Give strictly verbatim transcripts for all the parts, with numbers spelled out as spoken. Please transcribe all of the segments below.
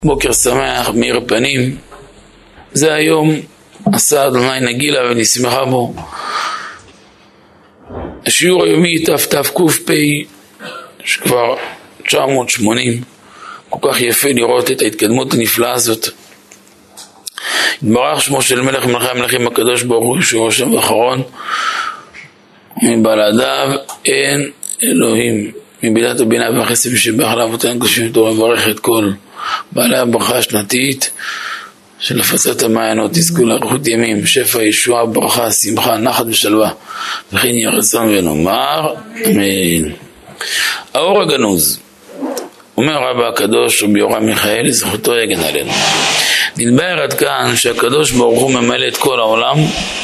בוקר שמח, מאיר פנים. זה היום עשה אדוני נגילה ונשמחה בו. השיעור היומי תתק"פ, שכבר תשע מאות ושמונים. כל כך יפה לראות את ההתקדמות הנפלאה הזאת. התברך שמו של מלך מלכי המלכים הקדוש ברוך הוא, שהוא ראשון ואחרון. מבלעדיו אין אלוהים. מבינת הבינה והחסד משבח לאבותינו הקדושים תורה, לברך את כל בעלי הברכה השנתית של הפצת המעיינות, תזכו לאריכות ימים, שפע, ישועה, ברכה, שמחה, נחת ושלווה, וכן יהי רצון ונאמר אמן. האור הגנוז, אומר רבא הקדוש רבי יורם מיכאל, זכותו יגן עלינו. נתבהר עד כאן שהקדוש ברוך הוא ממלא את כל העולם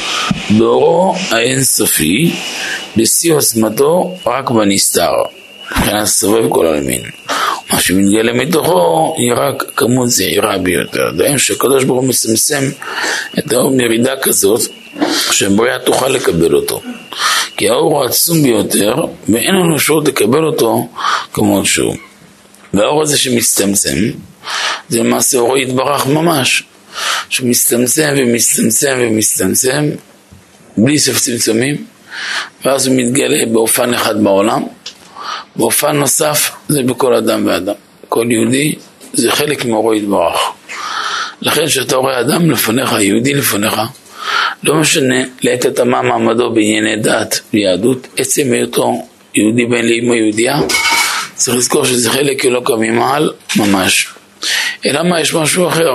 באורו האינסופי, בשיא עוצמתו רק בנסתר, מבחינת סובב כל העלמין. מה שמתגלה מתוכו היא רק כמות זעירה ביותר. דהיינו שהקדוש ברוך הוא מסמסם את האור מרידה כזאת שהבריאה תוכל לקבל אותו, כי האור הוא עצום ביותר ואין לנו אפשרות לקבל אותו כמות שהוא. והאור הזה שמצטמצם זה למעשה אורו יתברך ממש, שמסתמצם ומסתמצם ומסתמצם בלי סוף צמצומים, ואז הוא מתגלה באופן אחד בעולם. באופן נוסף זה בכל אדם ואדם, כל יהודי זה חלק מאורו יתברך. לכן שאתה רואה אדם לפניך, יהודי לפניך, לא משנה לעת את מה מעמדו בענייני דת ויהדות, עצם היותו יהודי בן לאמו יהודייה, צריך לזכור שזה חלק אלוקא ממעל ממש. אלא מה, יש משהו אחר.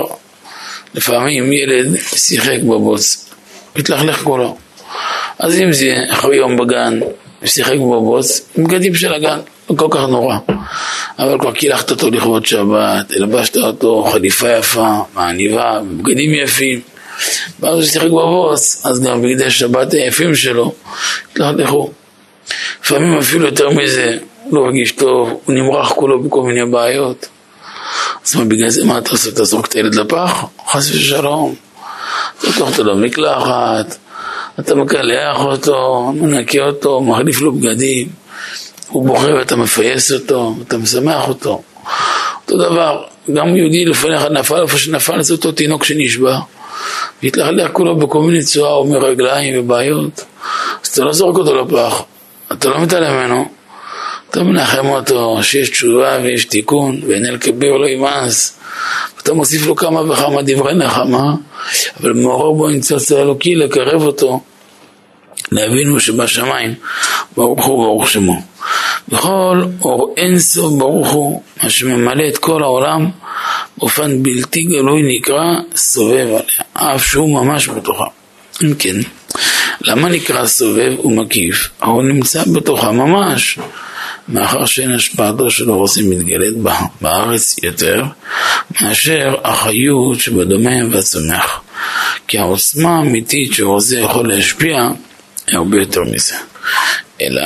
לפעמים ילד שיחק בבוץ, מתלכלך כולו, אז אם זה אחרי יום בגן ושיחק בבוץ, בגדים של הגן, לא כל כך נורא, אבל כבר קילחת אותו לכבוד שבת, הלבשת אותו חליפה יפה, מעניבה, בגדים יפים, ואז הוא שיחק בבוץ, אז גם בגדי שבת היפים שלו התלכלכו. לפעמים אפילו יותר מזה, לא רגיש טוב, הוא נמרח כולו בכל מיני בעיות. אז מה, בגלל זה מה אתה עושה? אתה זרוק את הילד לפח? חס ושלום. אתה לוקח אותו למקלחת, אתה מקלח אותו, מנקה אותו, מחליף לו בגדים, הוא בוכה ואתה מפייס אותו, אתה משמח אותו. אותו דבר, גם יהודי לפניך נפל, איפה שנפל זה אותו תינוק שנשבע, והתלכלך כולו בכל מיני צורה או מרגליים ובעיות, אז אתה לא זורק אותו לפח, אתה לא מתעלם ממנו, אתה מנחם אותו שיש תשובה ויש תיקון, ואין אל כביר לא ימאס, ואתה מוסיף לו כמה וכמה דברי נחמה, אבל מעורר בו ניצוץ האלוקי לקרב אותו, להבינו שבשמיים ברוך הוא ברוך שמו. בכל אור אינסוף ברוך הוא, מה שממלא את כל העולם, באופן בלתי גלוי נקרא סובב עליה, אף שהוא ממש בתוכה. אם כן, למה נקרא סובב ומקיף? הוא נמצא בתוכה ממש, מאחר שאין השפעתו של אורוסי מתגלית בה, בארץ יותר, מאשר החיות שבדומם והצומח. כי העוצמה האמיתית שאורוסי יכול להשפיע, היא הרבה יותר מזה. אלא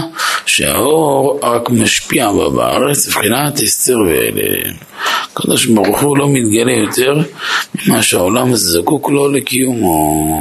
שהאור רק משפיע בה בארץ, מבחינת הסתר ואלה. הקדוש ברוך הוא לא מתגלה יותר ממה שהעולם הזה זקוק לו לקיומו.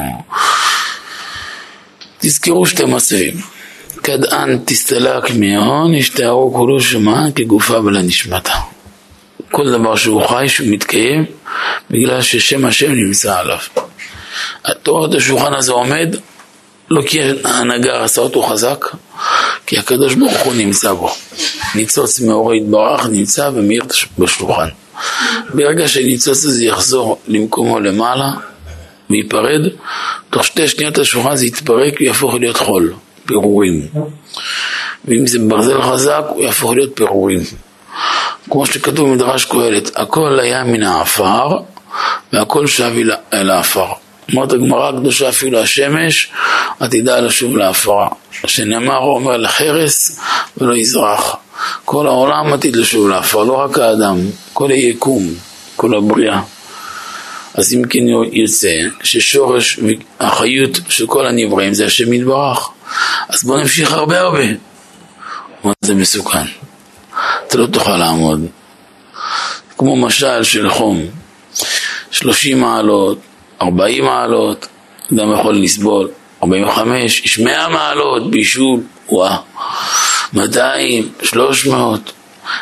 תזכרו שתי מצבים. כדאן תסתלק מההון, ישתארו כולו שמן כגופה בלה נשמתה. כל דבר שהוא חי, שהוא מתקיים, בגלל ששם השם נמצא עליו. התורת השולחן הזה עומד, לא כי ההנהגה עשה אותו חזק, כי הקדוש ברוך הוא נמצא בו. ניצוץ מאור יתברך נמצא ומאיר בשולחן. ברגע שניצוץ הזה יחזור למקומו למעלה, ויפרד, תוך שתי שניות השולחן זה יתפרק ויהפוך להיות חול, פירורים. ואם זה ברזל חזק, הוא יהפוך להיות פירורים. כמו שכתוב במדרש קהלת, הכל היה מן האפר, והכל שב אל האפר. אומרת הגמרא הקדושה, אפילו השמש עתידה לשוב לאפרה, שנאמר הוא אומר לחרס ולא יזרח. כל העולם עתיד לשוב לאפרה, לא רק האדם, כל היקום, כל הבריאה. אז אם כן יוצא ששורש החיות של כל הנבראים זה השם יתברך, אז בוא נמשיך הרבה הרבה. זה מסוכן, אתה לא תוכל לעמוד. כמו משל של חום, שלושים מעלות, ארבעים מעלות, אדם יכול לסבול, ארבעים וחמש, יש מאה מעלות בישול, וואה, מאתיים, שלוש מאות,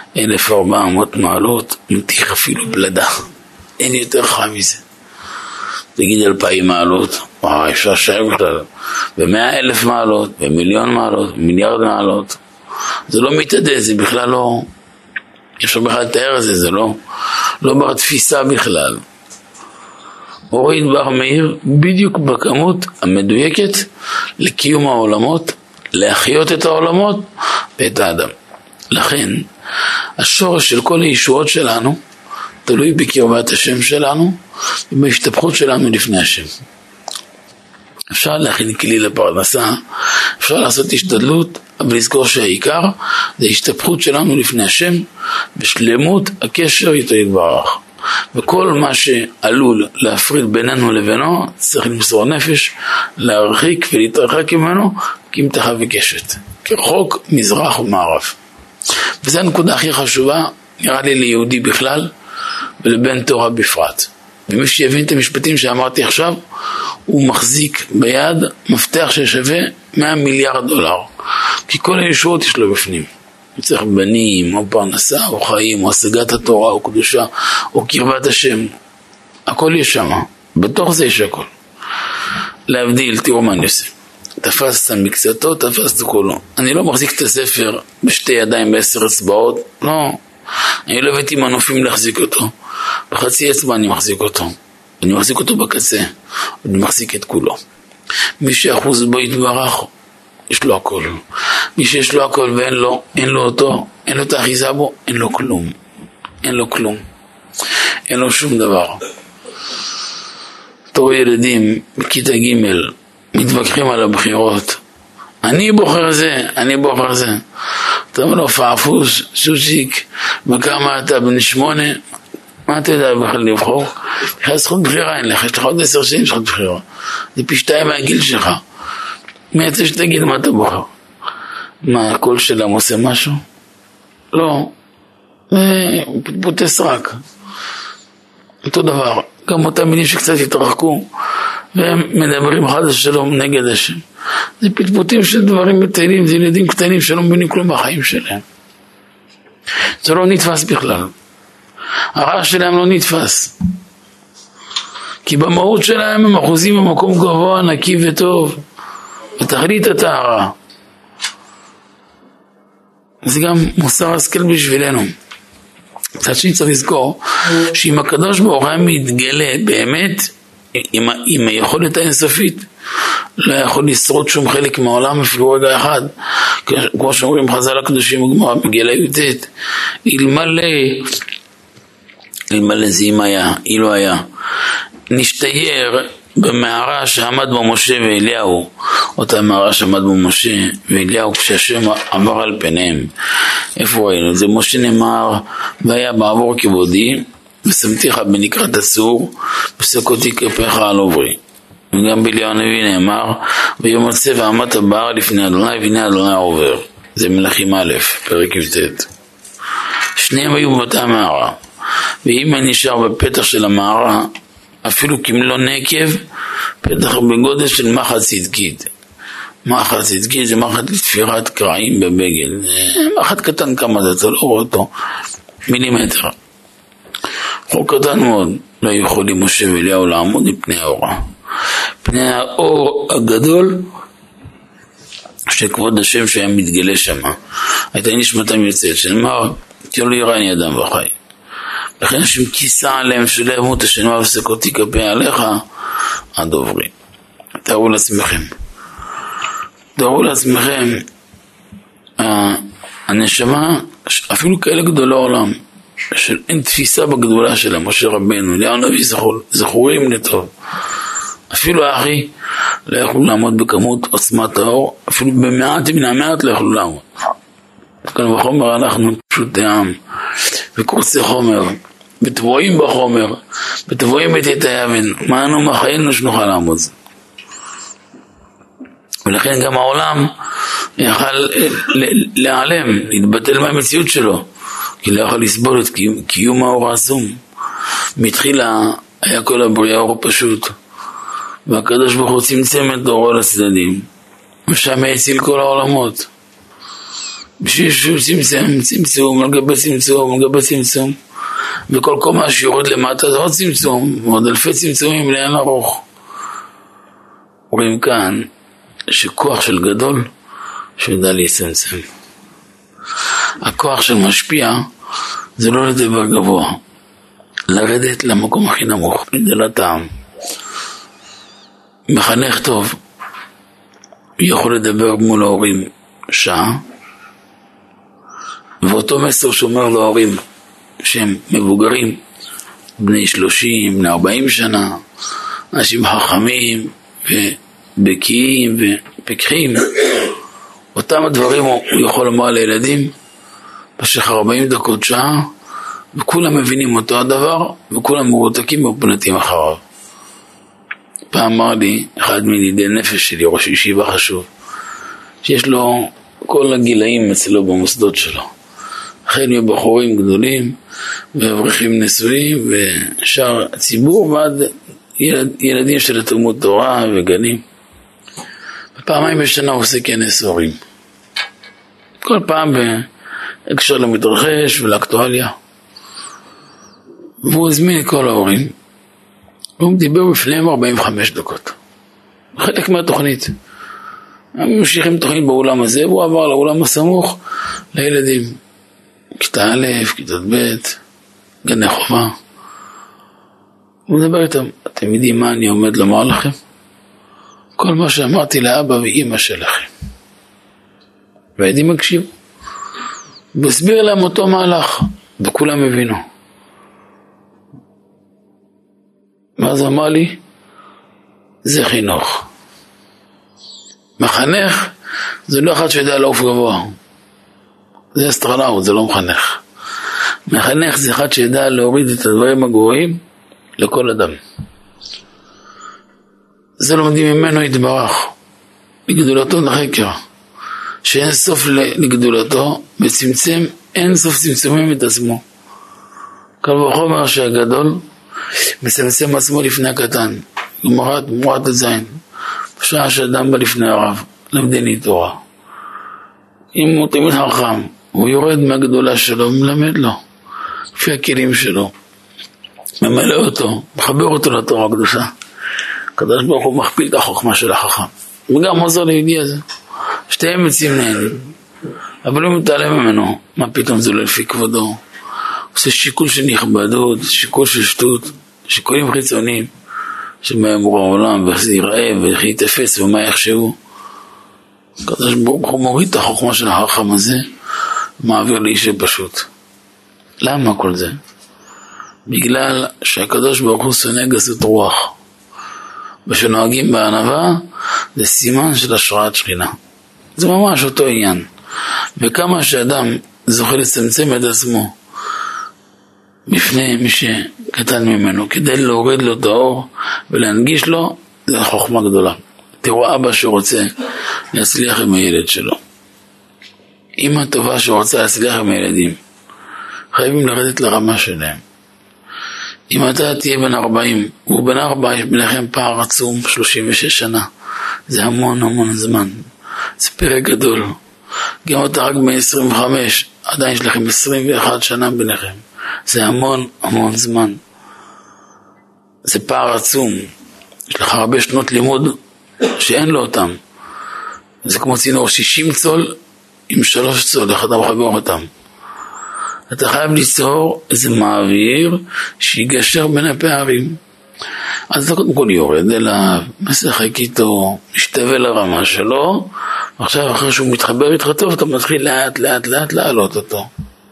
אלף וארבע מאות מעלות, מתיך אפילו בלדה. אין יותר חם מזה. תגיד אלפיים מעלות, וואי, אפשר לשאר בכלל. במאה אלף מעלות, במיליון מעלות, במיליארד מעלות. זה לא מתעדה, זה בכלל לא... אפשר בכלל לתאר את זה, זה לא... לא בר תפיסה בכלל. הוריד בר מאיר בדיוק בכמות המדויקת לקיום העולמות, להחיות את העולמות ואת האדם. לכן, השורש של כל הישועות שלנו תלוי בקרבת השם שלנו ובהשתפכות שלנו לפני השם. אפשר להכין כלי לפרנסה, אפשר לעשות השתדלות, אבל לזכור שהעיקר זה ההשתפכות שלנו לפני השם בשלמות הקשר איתו יתברך. וכל מה שעלול להפריד בינינו לבינו צריך למסור נפש, להרחיק ולהתרחק ממנו כמתחה וקשת, כרחוק מזרח ומערב. וזו הנקודה הכי חשובה נראה לי ליהודי בכלל ולבן תורה בפרט. ומי שיבין את המשפטים שאמרתי עכשיו, הוא מחזיק ביד מפתח ששווה מאה מיליארד דולר, כי כל הישועות יש לו בפנים. הוא צריך בנים, או פרנסה, או חיים, או השגת התורה, או קדושה, או קרבת השם. הכל יש שם, בתוך זה יש הכל. להבדיל, תראו מה אני עושה. תפסת מקצתו, תפסת כולו. אני לא מחזיק את הספר בשתי ידיים בעשר אצבעות, לא. אני לא הבאתי מנופים להחזיק אותו. בחצי אצבע אני מחזיק אותו. אני מחזיק אותו בקצה. אני מחזיק את כולו. מי שאחוז בו יתברך, יש לו הכל. מי שיש לו הכל ואין לו, אין לו אותו, אין לו את האחיזה בו, אין לו כלום. אין לו כלום. אין לו שום דבר. תראו ילדים בכיתה ג' מתווכחים על הבחירות. אני בוחר זה, אני בוחר זה. אתה אומר לו, פעפוס, סוסיק, וכמה אתה בן שמונה, מה אתה יודע בכלל לבחור? יש לך זכות בחירה, אין לך, יש לך עוד עשר שנים זכות בחירה. זה פי שתיים מהגיל שלך. מי יצא שתגיד מה אתה בוחר? מה, הקול שלהם עושה משהו? לא. הוא פטפוטי סרק. אותו דבר. גם אותם מילים שקצת התרחקו, והם מדברים אחד השלום נגד השם. זה פטפוטים של דברים מטיילים, זה ילדים קטנים שלא מבינים כלום בחיים שלהם. זה לא נתפס בכלל. הרעש שלהם לא נתפס. כי במהות שלהם הם אחוזים במקום גבוה, נקי וטוב. ותכלית הטהרה. זה גם מוסר השכל בשבילנו. קצת שצריך לזכור שאם הקדוש ברוך הוא מתגלה באמת עם, עם היכולת האינסופית, לא יכול לשרוד שום חלק מהעולם אפילו רגע אחד, כמו שאומרים חז"ל הקדושים וגמרא בגילה י"ט, אלמלא אלמלא זה אם היה, אילו היה נשתייר במערה שעמד בו משה ואליהו, אותה מערה שעמד בו משה ואליהו כשהשם עבר על פניהם. איפה ראינו? זה משה נאמר, והיה בעבור כבודי ושמתיך בנקרת הצור וסקותי כפיך על עוברי. וגם באליהו הנביא נאמר, וימצא ועמדת בהר לפני אדוני והנה אדוני עובר. זה מלכים א', פרק י"ט. שניהם היו באותה מערה, ואם אני נשאר בפתח של המערה אפילו כמלוא נקב, פתח בגודל של מחט צדקית. מחט צדקית זה מחט לתפירת קרעים בבגל. מחט קטן כמה זה, אתה לא רואה אותו, מילימטר. חוק קטן מאוד. לא יכולים משה ואליהו לעמוד מפני האורה. פני האור הגדול שכבוד השם שהיה מתגלה שם. הייתה נשמתם יוצאת, שנאמר, כי לא יראני אדם וחי. לכן השם כיסה עליהם שלא ימות השם וסקותי כפי עליך עד עוברי. תארו לעצמכם. תארו לעצמכם, הנשמה, אפילו כאלה גדולי עולם, שאין תפיסה בגדולה של משה רבנו, אליהו הנביא זכורים לטוב. אפילו האחי לא יכלו לעמוד בכמות עוצמת האור, אפילו במעט מן המעט לא יכלו לעמוד. כאן בחומר אנחנו פשוטי עם, וקורצי חומר, ותבואים בחומר, ותבואים את את היבן, מה אנו מחיינו שנוכל לעמוד זה. ולכן גם העולם יכל להיעלם, להתבטל מהמציאות שלו, כי לא יכול לסבול את קיום האור העצום. מתחילה היה כל הבריאה אור פשוט, והקדוש ברוך הוא צמצם את אורו לצדדים, ושם הציל כל העולמות. בשביל שהוא צמצם, צמצום, על גבי צמצום, על גבי צמצום, וכל קומה שיורד למטה זה עוד צמצום, ועוד אלפי צמצומים לאין ארוך. רואים כאן שכוח של גדול שיודע להצטמצם. הכוח של משפיע זה לא לדבר גבוה, לרדת למקום הכי נמוך, לגדול הטעם. מחנך טוב יכול לדבר מול ההורים שעה, ואותו מסר שאומר להורים שהם מבוגרים, בני שלושים, בני ארבעים שנה, אנשים חכמים ובקיאים ופקחים, אותם הדברים הוא יכול לומר לילדים במשך ארבעים דקות שעה, וכולם מבינים אותו הדבר, וכולם מרותקים ופנתים אחריו. פעם אמר לי אחד מידידי נפש שלי, ראש ישיבה חשוב, שיש לו כל הגילאים אצלו במוסדות שלו, החל מבחורים גדולים ואברכים נשואים ושאר הציבור ועד ילד, ילדים של תלמוד תורה וגנים. פעמיים בשנה הוא עושה כנס הורים, כל פעם בהקשר למתרחש ולאקטואליה, והוא הזמין את כל ההורים והוא דיבר בפניהם ארבעים וחמש דקות, חלק מהתוכנית. הם ממשיכים תוכנית באולם הזה, והוא עבר לאולם הסמוך לילדים כיתה א', כיתה ב', גני חובה. הוא מדבר איתם, אתם יודעים מה אני עומד לומר לכם? כל מה שאמרתי לאבא ואמא שלכם. והילדים מקשיבו, והסביר להם אותו מהלך, וכולם הבינו. ואז אמר לי, זה חינוך. מחנך זה לא אחד שיודע לעוף גבוה, זה אסטרונאוט, זה לא מחנך. מחנך זה אחד שידע להוריד את הדברים הגבוהים לכל אדם. זה לומדים ממנו יתברך, לגדולתו לחקר, שאין סוף לגדולתו, וצמצם אין סוף צמצומים את עצמו. קל וחומר שהגדול מצמצם עצמו לפני הקטן, גמרת מורת הזין, בשעה שאדם בא לפני הרב, למדני תורה. אם הוא תמיד חכם, הוא יורד מהגדולה שלו, מלמד לו, לפי הכלים שלו, ממלא אותו, מחבר אותו לתורה הקדושה. הקדוש ברוך הוא מכפיל את החוכמה של החכם, וגם עוזר ליהודי הזה. שתיהם יוצאים נהנים, אבל הוא מתעלם ממנו, מה פתאום זה לא לפי כבודו. עושה שיקול של נכבדות, שיקול של שטות, שיקולים חיצוניים, שמה יאמרו העולם, ואיך זה ייראה, ואיך יתפס, ומה יחשבו. הקדוש ברוך הוא מוריד את החוכמה של החכם הזה, מעביר לאיש פשוט. למה כל זה? בגלל שהקדוש ברוך הוא שונא גסות רוח, ושנוהגים בענווה, זה סימן של השראת שכינה. זה ממש אותו עניין. וכמה שאדם זוכה לצמצם את עצמו בפני מי שקטן ממנו, כדי להוריד לו את האור ולהנגיש לו, זה חוכמה גדולה. תראו אבא שרוצה להצליח עם הילד שלו, אמא טובה שרוצה להצליח עם הילדים, חייבים לרדת לרמה שלהם. אם אתה תהיה בן ארבעים, הוא בן ארבע, יש ביניכם פער עצום, שלושים ושש שנה, זה המון המון זמן, זה פרק גדול. גם אתה רק ב-עשרים וחמש, עדיין יש לכם עשרים ואחת שנה ביניכם, זה המון המון זמן, זה פער עצום. יש לך הרבה שנות לימוד שאין לו אותם, זה כמו צינור שישים צול עם שלוש צול, איך אתה מחבר אותם. אתה חייב ליצור איזה מעביר שיגשר בין הפערים. אז אתה קודם כל יורד אליו, משחק איתו, משתווה לרמה שלו, ועכשיו אחרי שהוא מתחבר איתך טוב, אתה מתחיל לאט לאט לאט לעלות אותו.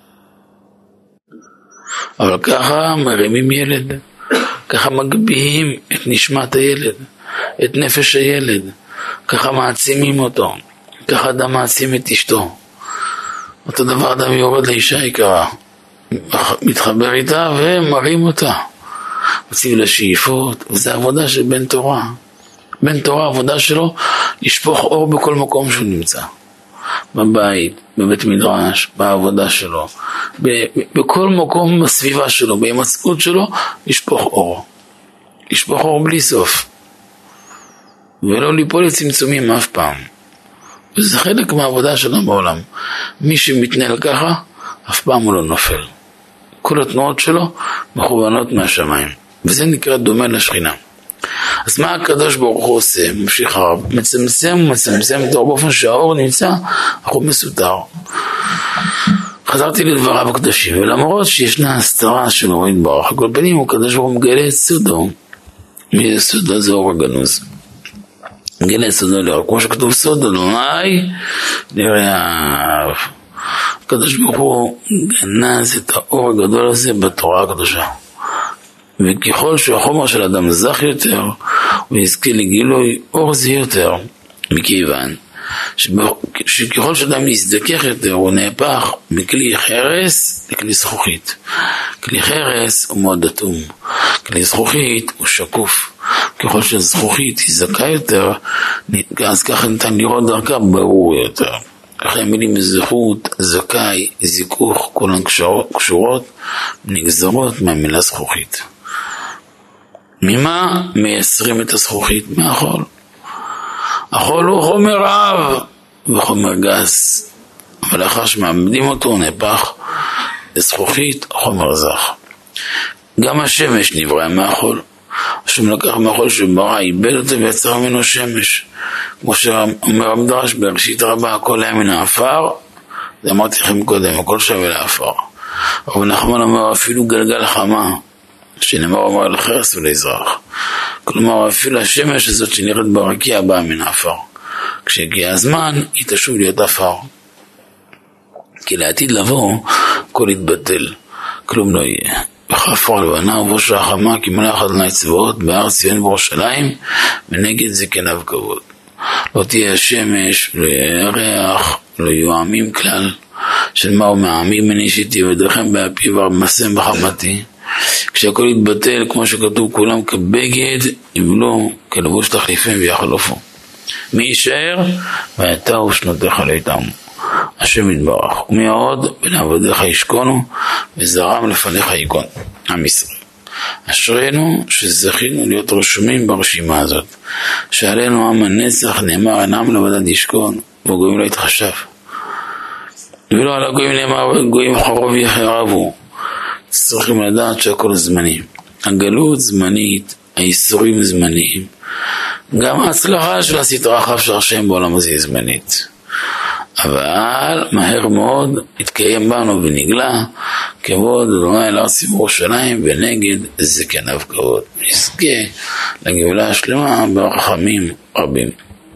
אבל ככה מרימים ילד, ככה מגביהים את נשמת הילד, את נפש הילד, ככה מעצימים אותו, ככה אדם מעצים את אשתו. אותו דבר אדם יורד לאישה יקרה, מתחבר איתה ומרים אותה, מציב לשאיפות, וזה עבודה של בן תורה. בן תורה, עבודה שלו לשפוך אור בכל מקום שהוא נמצא, בבית, בבית מדרש, בעבודה שלו, בכל מקום בסביבה שלו, בהימצאות שלו, לשפוך אור, לשפוך אור בלי סוף, ולא ליפול לצמצומים אף פעם, וזה חלק מהעבודה שלנו בעולם. מי שמתנהל ככה, אף פעם הוא לא נופל. כל התנועות שלו מכוונות מהשמיים. וזה נקרא דומה לשכינה. אז מה הקדוש ברוך הוא עושה? ממשיך הרב. מצמצם ומצמצם את האור באופן שהאור נמצא, החום מסותר. חזרתי לדבריו הקדושים, ולמרות שישנה הסתרה של אור יתברך, כל פנים הוא הקדוש ברוך הוא מגלה את סודו. מי סודו? זה אור הגנוז. מגלה את סודו לאור. כמו שכתוב סוד אדוני, נראה הקדוש ברוך הוא גנז את האור הגדול הזה בתורה הקדושה. וככל שהחומר של אדם זך יותר, הוא יזכה לגילוי אור זה יותר, מכיוון שככל שאדם יזדכך יותר, הוא נהפך מכלי חרס לכלי זכוכית. כלי חרס הוא מאוד אטום, כלי זכוכית הוא שקוף. ככל שזכוכית היא זכה יותר, אז ככה ניתן לראות דרכה ברור יותר. אחרי המילים זכות, זכאי, זיכוך, כולן קשורות, נגזרות מהמילה זכוכית. ממה מייצרים את הזכוכית? מהחול. החול הוא חומר רב וחומר גס, אבל לאחר שמעבדים אותו הוא נהפך לזכוכית, חומר זך. גם השמש נברא מהחול. השם לקח מהחול שברא, איבד אותו ויצר ממנו שמש. כמו שאומר המדרש בראשית רבה, הכל היה מן האפר, זה אמרתי לכם קודם, הכל שווה לאפר. אבל נחמן אומר אפילו גלגל חמה, שנאמר אומר לחרס ולאזרח. כלומר אפילו השמש הזאת שנראית ברקיע באה מן האפר. כשהגיע הזמן היא תשוב להיות אפר. כי לעתיד לבוא הכל יתבטל, כלום לא יהיה. בחפר לבנה ובראש החמה כי מלך אדוני צבאות בהר ציון בירושלים ונגד זקניו כבוד. לא תהיה השמש, לא יהיה ריח, לא יהיו עמים כלל, של מה הוא מעמים מנישיתי ודרכם באפי ורמסם בחמתי. כשהכל יתבטל כמו שכתוב כולם כבגד יבלו כלבוש תחליפים ויחלופו. מי יישאר? ויתהו שנותיך לאיתם. השם יתברך, ומי עוד? בנעבדיך ישכונו וזרם לפניך ייכון. עם ישראל. אשרינו שזכינו להיות רשומים ברשימה הזאת, שעלינו עם הנצח נאמר אינם לבדד ישכון וגויים לא יתחשב, ולא על הגויים נאמר גויים חרוב יחרבו. צריכים לדעת שהכל זמני, הגלות זמנית, האיסורים זמניים, גם ההצלחה של הסדרה חף של השם בעולם הזה היא זמנית, אבל מהר מאוד התקיים בנו ונגלה כבוד אדוני אל ארץ ירושלים ונגד זקניו כבוד. נזכה לגאולה השלמה ברחמים רבים.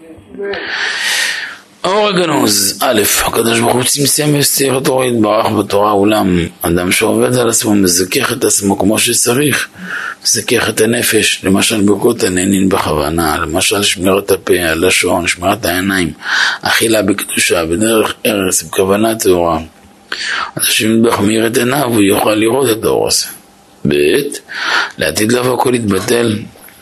אור הגנוז, א', הקדוש ברוך הוא צמצם והסתיר את אור יתברך בתורה, אולם אדם שעובד על עצמו מזכך את עצמו כמו שצריך, מזכך את הנפש, למשל ברכות הנהנין בכוונה, למשל שמירת הפה, הלשון, שמירת העיניים, אכילה בקדושה, בדרך ארץ, בכוונה טהורה. אז השם יתברך מאיר את עיניו והוא יוכל לראות את האור הזה. ב', לעתיד לבוא הכל יתבטל,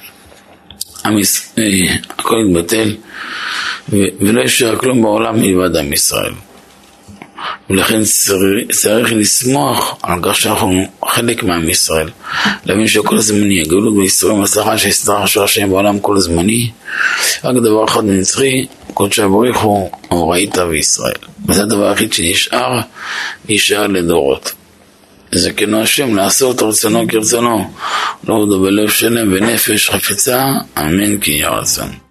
הכל יתבטל, ולא יישאר כלום בעולם מלבד עם ישראל. ולכן צריך לשמוח על כך שאנחנו חלק מעם ישראל, להבין שכל הזמני, הגאולות בישראל הצלחה שהסתרה של השם בעולם כל הזמני, רק דבר אחד נצחי, קודשא בריך הוא הוראית וישראל. וזה הדבר היחיד שנשאר, נשאר לדורות. זה כנו השם לעשות רצונו כרצונו, לא הודו בלב שלם ונפש חפצה, אמן כי יהיה רצון.